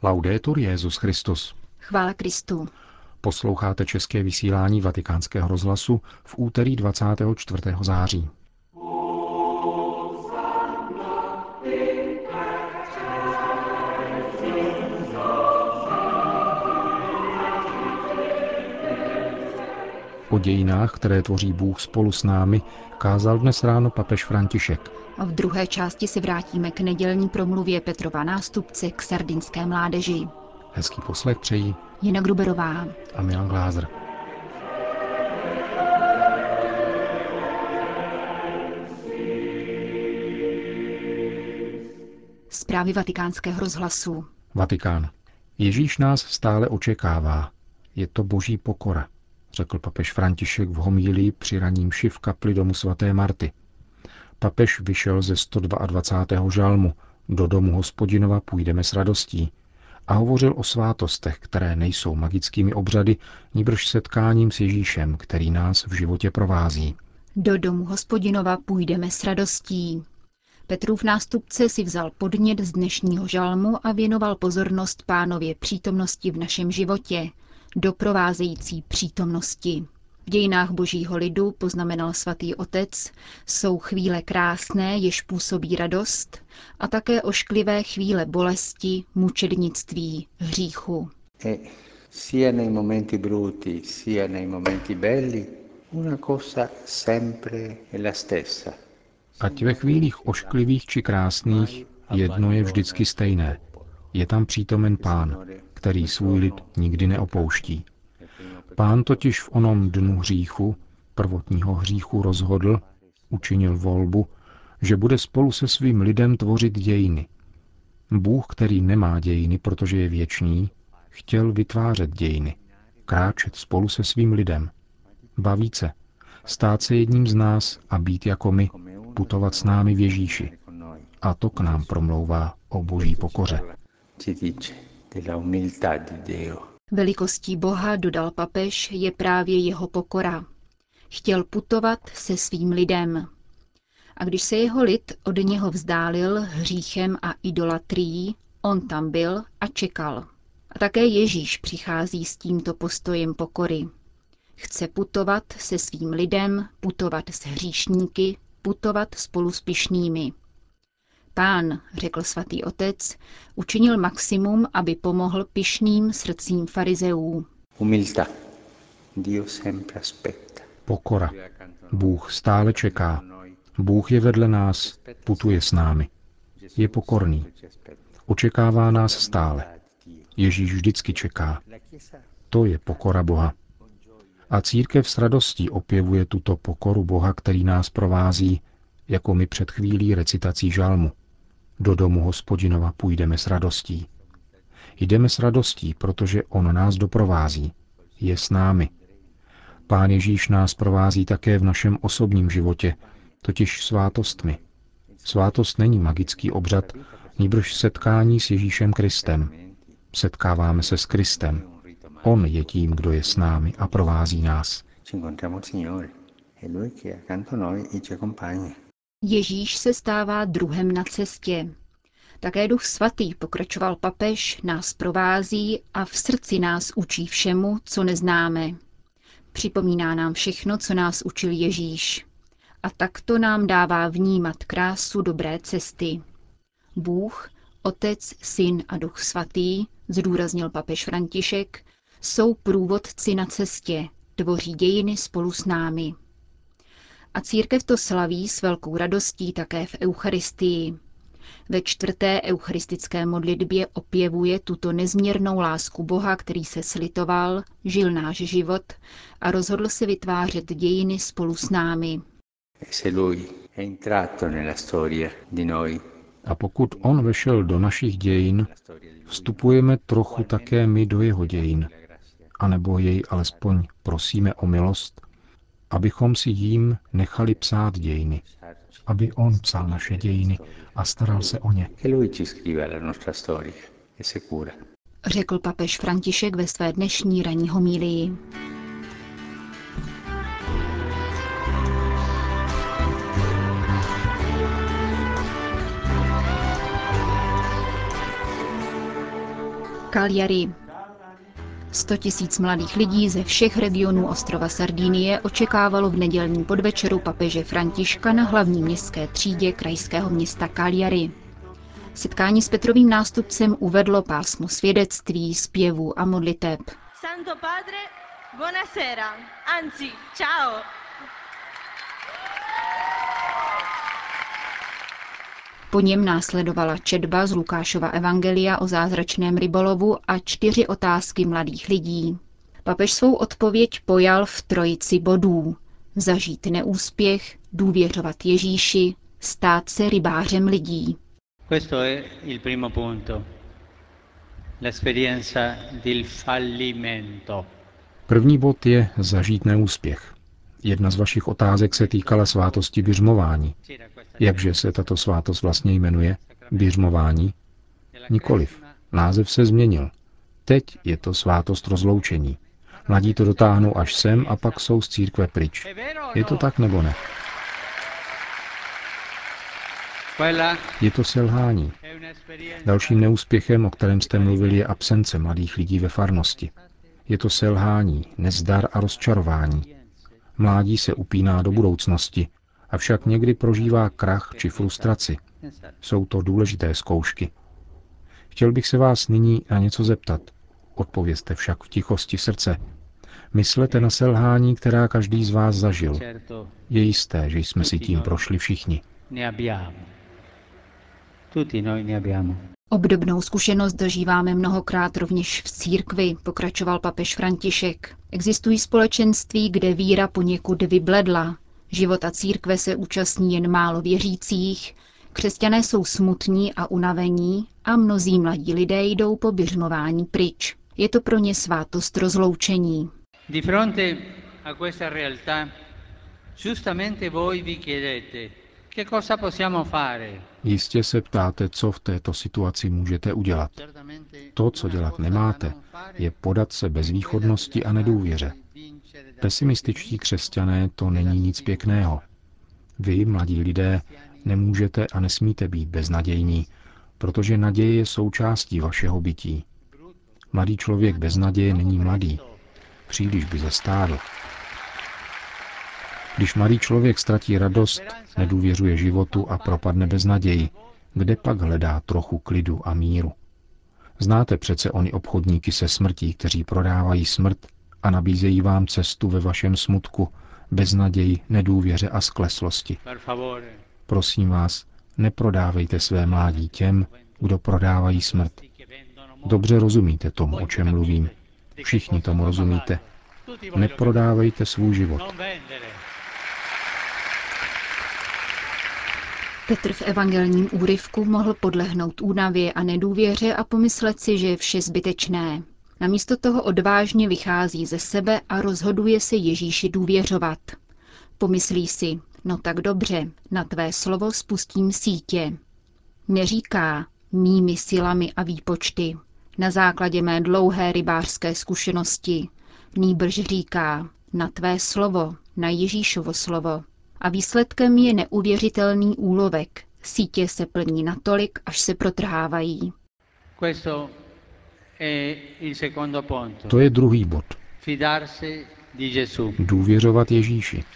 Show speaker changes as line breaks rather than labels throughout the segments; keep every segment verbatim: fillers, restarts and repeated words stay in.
Laudetur Jesus Christus.
Chvála Kristu.
Posloucháte české vysílání Vatikánského rozhlasu v úterý dvacátého čtvrtého září. O dějinách, které tvoří Bůh spolu s námi, kázal dnes ráno papež František.
V druhé části se vrátíme k nedělní promluvě Petrova nástupce k sardinské mládeži.
Hezký poslech přejí
Jana Gruberová
a Milan Glázer.
Zprávy Vatikánského rozhlasu.
Vatikán. Ježíš nás stále očekává. Je to boží pokora, řekl papež František v homílii při raní mši v kapli domu svaté Marty. Papež vyšel ze sto dvacátého druhého žalmu Do domu Hospodinova půjdeme s radostí a hovořil o svátostech, které nejsou magickými obřady, nýbrž setkáním s Ježíšem, který nás v životě provází.
Do domu Hospodinova půjdeme s radostí. Petrův nástupce si vzal podnět z dnešního žalmu a věnoval pozornost Pánově přítomnosti v našem životě, doprovázející přítomnosti. V dějinách božího lidu, poznamenal svatý otec, jsou chvíle krásné, jež působí radost, a také ošklivé chvíle bolesti, mučednictví, hříchu.
E sia nei momenti brutti, sia nei momenti belli, una cosa sempre è la stessa.
Ať ve chvílích ošklivých či krásných, jedno je vždycky stejné. Je tam přítomen Pán, který svůj lid nikdy neopouští. Pán totiž v onom dnu hříchu, prvotního hříchu rozhodl, učinil volbu, že bude spolu se svým lidem tvořit dějiny. Bůh, který nemá dějiny, protože je věčný, chtěl vytvářet dějiny, kráčet spolu se svým lidem, bavit se, stát se jedním z nás a být jako my, putovat s námi v Ježíši. A to k nám promlouvá o boží pokoře.
Velikostí Boha, dodal papež, je právě jeho pokora. Chtěl putovat se svým lidem. A když se jeho lid od něho vzdálil hříchem a idolatrií, on tam byl a čekal. A také Ježíš přichází s tímto postojem pokory. Chce putovat se svým lidem, putovat s hříšníky, putovat spolu s pyšnými. Pán, řekl svatý otec, učinil maximum, aby pomohl pyšným srdcím farizeů.
Umiltà. Dio sempre aspetta.
Pokora. Bůh stále čeká. Bůh je vedle nás, putuje s námi. Je pokorný. Očekává nás stále. Ježíš vždycky čeká. To je pokora Boha. A církev s radostí opěvuje tuto pokoru Boha, který nás provází, jako my před chvílí recitací žalmu. Do domu Hospodinova půjdeme s radostí. Jdeme s radostí, protože on nás doprovází. Je s námi. Pán Ježíš nás provází také v našem osobním životě, totiž svátostmi. Svátost není magický obřad, nýbrž setkání s Ježíšem Kristem. Setkáváme se s Kristem. On je tím, kdo je s námi a provází nás.
Ježíš se stává druhem na cestě. Také Duch Svatý, pokračoval papež, nás provází a v srdci nás učí všemu, co neznáme. Připomíná nám všechno, co nás učil Ježíš. A takto nám dává vnímat krásu dobré cesty. Bůh, Otec, Syn a Duch Svatý, zdůraznil papež František, jsou průvodci na cestě, tvoří dějiny spolu s námi. A církev to slaví s velkou radostí také v Eucharistii. Ve čtvrté eucharistické modlitbě opěvuje tuto nezměrnou lásku Boha, který se slitoval, žil náš život a rozhodl se vytvářet dějiny spolu s námi.
A pokud on vešel do našich dějin, vstupujeme trochu také my do jeho dějin, anebo jej alespoň prosíme o milost, abychom si jím nechali psát dějiny, aby on psal naše dějiny a staral se o ně.
Řekl papež František ve své dnešní ranní homílii. Cagliari. Sto tisíc mladých lidí ze všech regionů ostrova Sardinie očekávalo v nedělním podvečeru papeže Františka na hlavní městské třídě krajského města Cagliari. Setkání s Petrovým nástupcem uvedlo pásmo svědectví, zpěvů a modliteb.
Santo Padre, buonasera, anzi, ciao.
Po něm následovala četba z Lukášova evangelia o zázračném rybolovu a čtyři otázky mladých lidí. Papež svou odpověď pojal v trojici bodů. Zažít neúspěch, důvěřovat Ježíši, stát se rybářem lidí.
Questo è il primo punto. L'esperienza del fallimento.
První bod je zažít neúspěch. Jedna z vašich otázek se týkala svátosti biřmování. Jakže se tato svátost vlastně jmenuje? Biřmování? Nikoliv. Název se změnil. Teď je to svátost rozloučení. Mladí to dotáhnou až sem a pak jsou z církve pryč. Je to tak nebo ne? Je to selhání. Dalším neúspěchem, o kterém jste mluvili, je absence mladých lidí ve farnosti. Je to selhání, nezdar a rozčarování. Mládí se upíná do budoucnosti, avšak někdy prožívá krach či frustraci. Jsou to důležité zkoušky. Chtěl bych se vás nyní na něco zeptat. Odpovězte však v tichosti srdce. Myslete na selhání, která každý z vás zažil. Je jisté, že jsme si tím prošli všichni.
Obdobnou zkušenost dožíváme mnohokrát rovněž v církvi, pokračoval papež František. Existují společenství, kde víra poněkud vybledla. Života církve se účastní jen málo věřících, křesťané jsou smutní a unavení a mnozí mladí lidé jdou po biřmování pryč. Je to pro ně svátost rozloučení.
Di fronte a questa realtà, giustamente voi vi chiedete, che cosa possiamo fare?
Jistě se ptáte, co v této situaci můžete udělat. To, co dělat nemáte, je podat se bezvýchodnosti a nedůvěře. Pesimističtí křesťané, to není nic pěkného. Vy, mladí lidé, nemůžete a nesmíte být beznadějní, protože naděje je součástí vašeho bytí. Mladý člověk bez naděje není mladý. Příliš by zestárl. Když mladý člověk ztratí radost, nedůvěřuje životu a propadne bez naději, kde pak hledá trochu klidu a míru? Znáte přece ony obchodníky se smrtí, kteří prodávají smrt a nabízejí vám cestu ve vašem smutku, beznaději, nedůvěře a skleslosti. Prosím vás, neprodávejte své mládí těm, kdo prodávají smrt. Dobře rozumíte tomu, o čem mluvím. Všichni tomu rozumíte. Neprodávejte svůj život.
Petr v evangelním úryvku mohl podlehnout únavě a nedůvěře a pomyslet si, že je vše zbytečné. Namísto toho odvážně vychází ze sebe a rozhoduje se Ježíši důvěřovat. Pomyslí si, no tak dobře, na tvé slovo spustím sítě. Neříká mými silami a výpočty, na základě mé dlouhé rybářské zkušenosti. Nýbrž říká na tvé slovo, na Ježíšovo slovo. A výsledkem je neuvěřitelný úlovek. Sítě se plní natolik, až se protrhávají.
To je druhý bod. Důvěřovat Ježíši.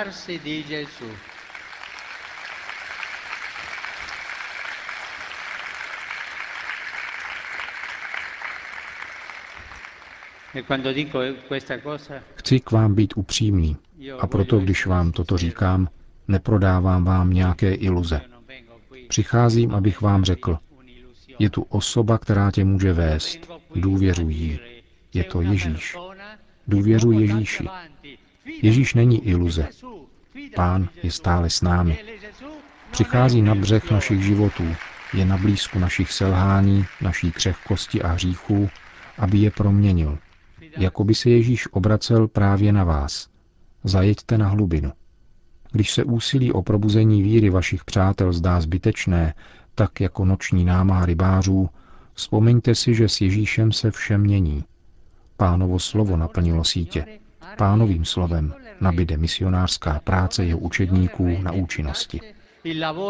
Chci k vám být upřímný a proto, když vám toto říkám, neprodávám vám nějaké iluze. Přicházím, abych vám řekl, je tu osoba, která tě může vést. Důvěřuj jí. Je to Ježíš. Důvěřuj Ježíši. Ježíš není iluze. Pán je stále s námi. Přichází na břeh našich životů, je na blízku našich selhání, naší křehkosti a hříchů, aby je proměnil. Jako by se Ježíš obracel právě na vás. Zajeďte na hlubinu. Když se úsilí o probuzení víry vašich přátel zdá zbytečné, tak jako noční námaha rybářů, vzpomeňte si, že s Ježíšem se vše mění. Pánovo slovo naplnilo sítě. Pánovým slovem nabyde misionářská práce jeho učedníků na účinnosti.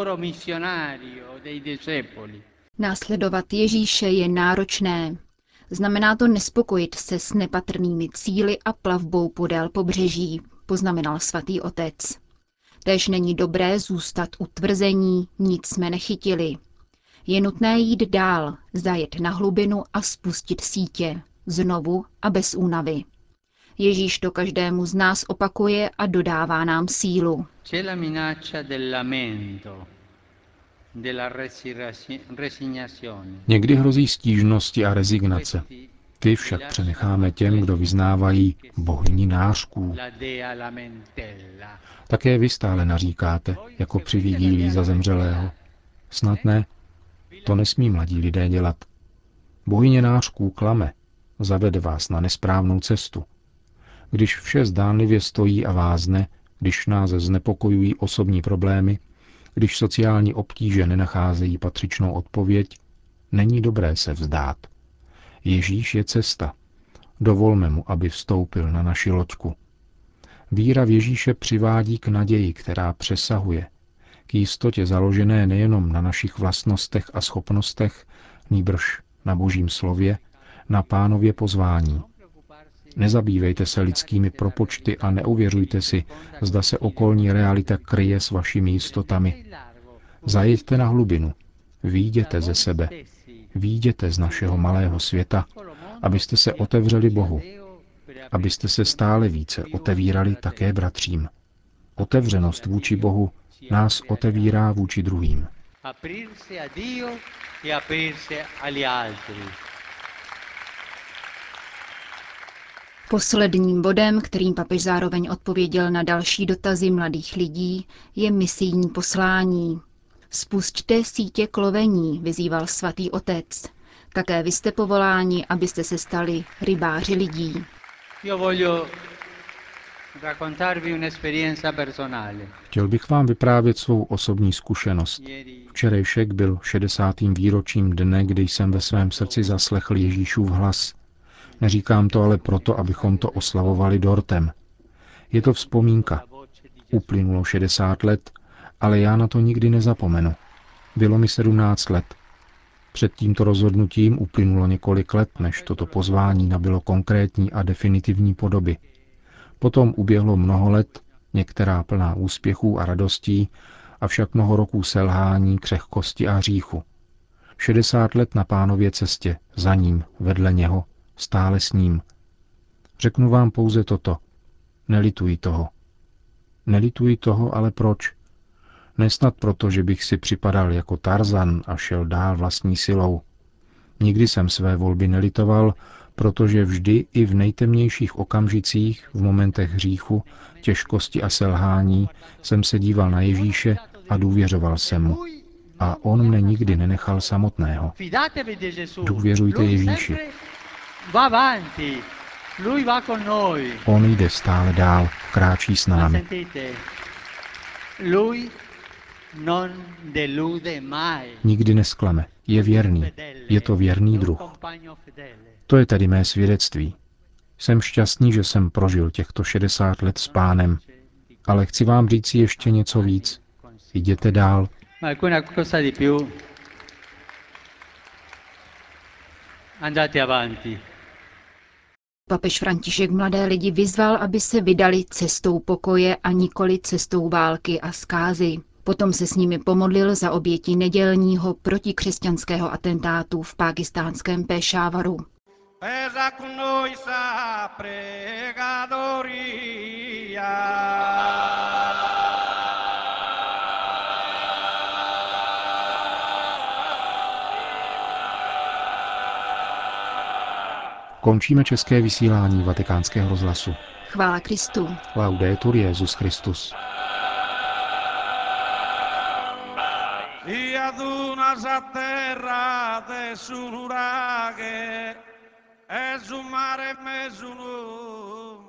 Následovat Ježíše je náročné. Znamená to nespokojit se s nepatrnými cíli a plavbou podél pobřeží, poznamenal svatý otec. Též není dobré zůstat u tvrzení, nic jsme nechytili. Je nutné jít dál, zajet na hlubinu a spustit sítě, znovu a bez únavy. Ježíš to každému z nás opakuje a dodává nám sílu.
Někdy hrozí stížnosti a rezignace. Ty však přenecháme těm, kdo vyznávají bohyni nářků. Také vy stále naříkáte, jako při vigílii za zemřelého. Snad ne. To nesmí mladí lidé dělat. Bohyně nářků klame, zavede vás na nesprávnou cestu. Když vše zdánlivě stojí a vázne, když nás znepokojují osobní problémy, když sociální obtíže nenacházejí patřičnou odpověď, není dobré se vzdát. Ježíš je cesta. Dovolme mu, aby vstoupil na naši loďku. Víra v Ježíše přivádí k naději, která přesahuje, k jistotě založené nejenom na našich vlastnostech a schopnostech, nýbrž na Božím slově, na Pánově pozvání. Nezabývejte se lidskými propočty a neuvěřujte si, zda se okolní realita kryje s vašimi jistotami. Zajeďte na hlubinu, výjděte ze sebe, výjděte z našeho malého světa, abyste se otevřeli Bohu, abyste se stále více otevírali také bratřím. Otevřenost vůči Bohu nás otevírá vůči druhým.
Posledním bodem, kterým papež zároveň odpověděl na další dotazy mladých lidí, je misijní poslání. Spusťte sítě k lovení, vyzýval svatý otec. Také vy jste povoláni, abyste se stali rybáři lidí.
Chtěl bych vám vyprávět svou osobní zkušenost. Včerejšek byl šedesátým výročím dne, kdy jsem ve svém srdci zaslechl Ježíšův hlas. Neříkám to ale proto, abychom to oslavovali dortem. Je to vzpomínka. Uplynulo šedesát let, ale já na to nikdy nezapomenu. Bylo mi sedmnáct let. Před tímto rozhodnutím uplynulo několik let, než toto pozvání nabylo konkrétní a definitivní podoby. Potom uběhlo mnoho let, některá plná úspěchů a radostí, avšak mnoho roků selhání, křehkosti a hříchu. šedesát let na Pánově cestě, za ním, vedle něho, stále s ním. Řeknu vám pouze toto. Nelituji toho. Nelituji toho, ale proč? Nesnad proto, že bych si připadal jako Tarzan a šel dál vlastní silou. Nikdy jsem své volby nelitoval, protože vždy i v nejtemnějších okamžicích, v momentech hříchu, těžkosti a selhání, jsem se díval na Ježíše a důvěřoval jsem mu. A on mne nikdy nenechal samotného. Důvěřujte Ježíši. On jde stále dál, kráčí s námi. Nikdy nesklame, je věrný, je to věrný druh. To je tedy mé svědectví. Jsem šťastný, že jsem prožil těchto šedesát let s Pánem, ale chci vám říct ještě něco víc. Jděte dál.
Papež František mladé lidi vyzval, aby se vydali cestou pokoje a nikoli cestou války a zkázy. Potom se s nimi pomodlil za oběti nedělního protikřesťanského atentátu v pákistánském Pešávaru.
Končíme české vysílání Vatikánského rozhlasu.
Chvála Kristu.
Laudetur Jesus Christus.
E ad una terra de sul nuraghe, e su mare me su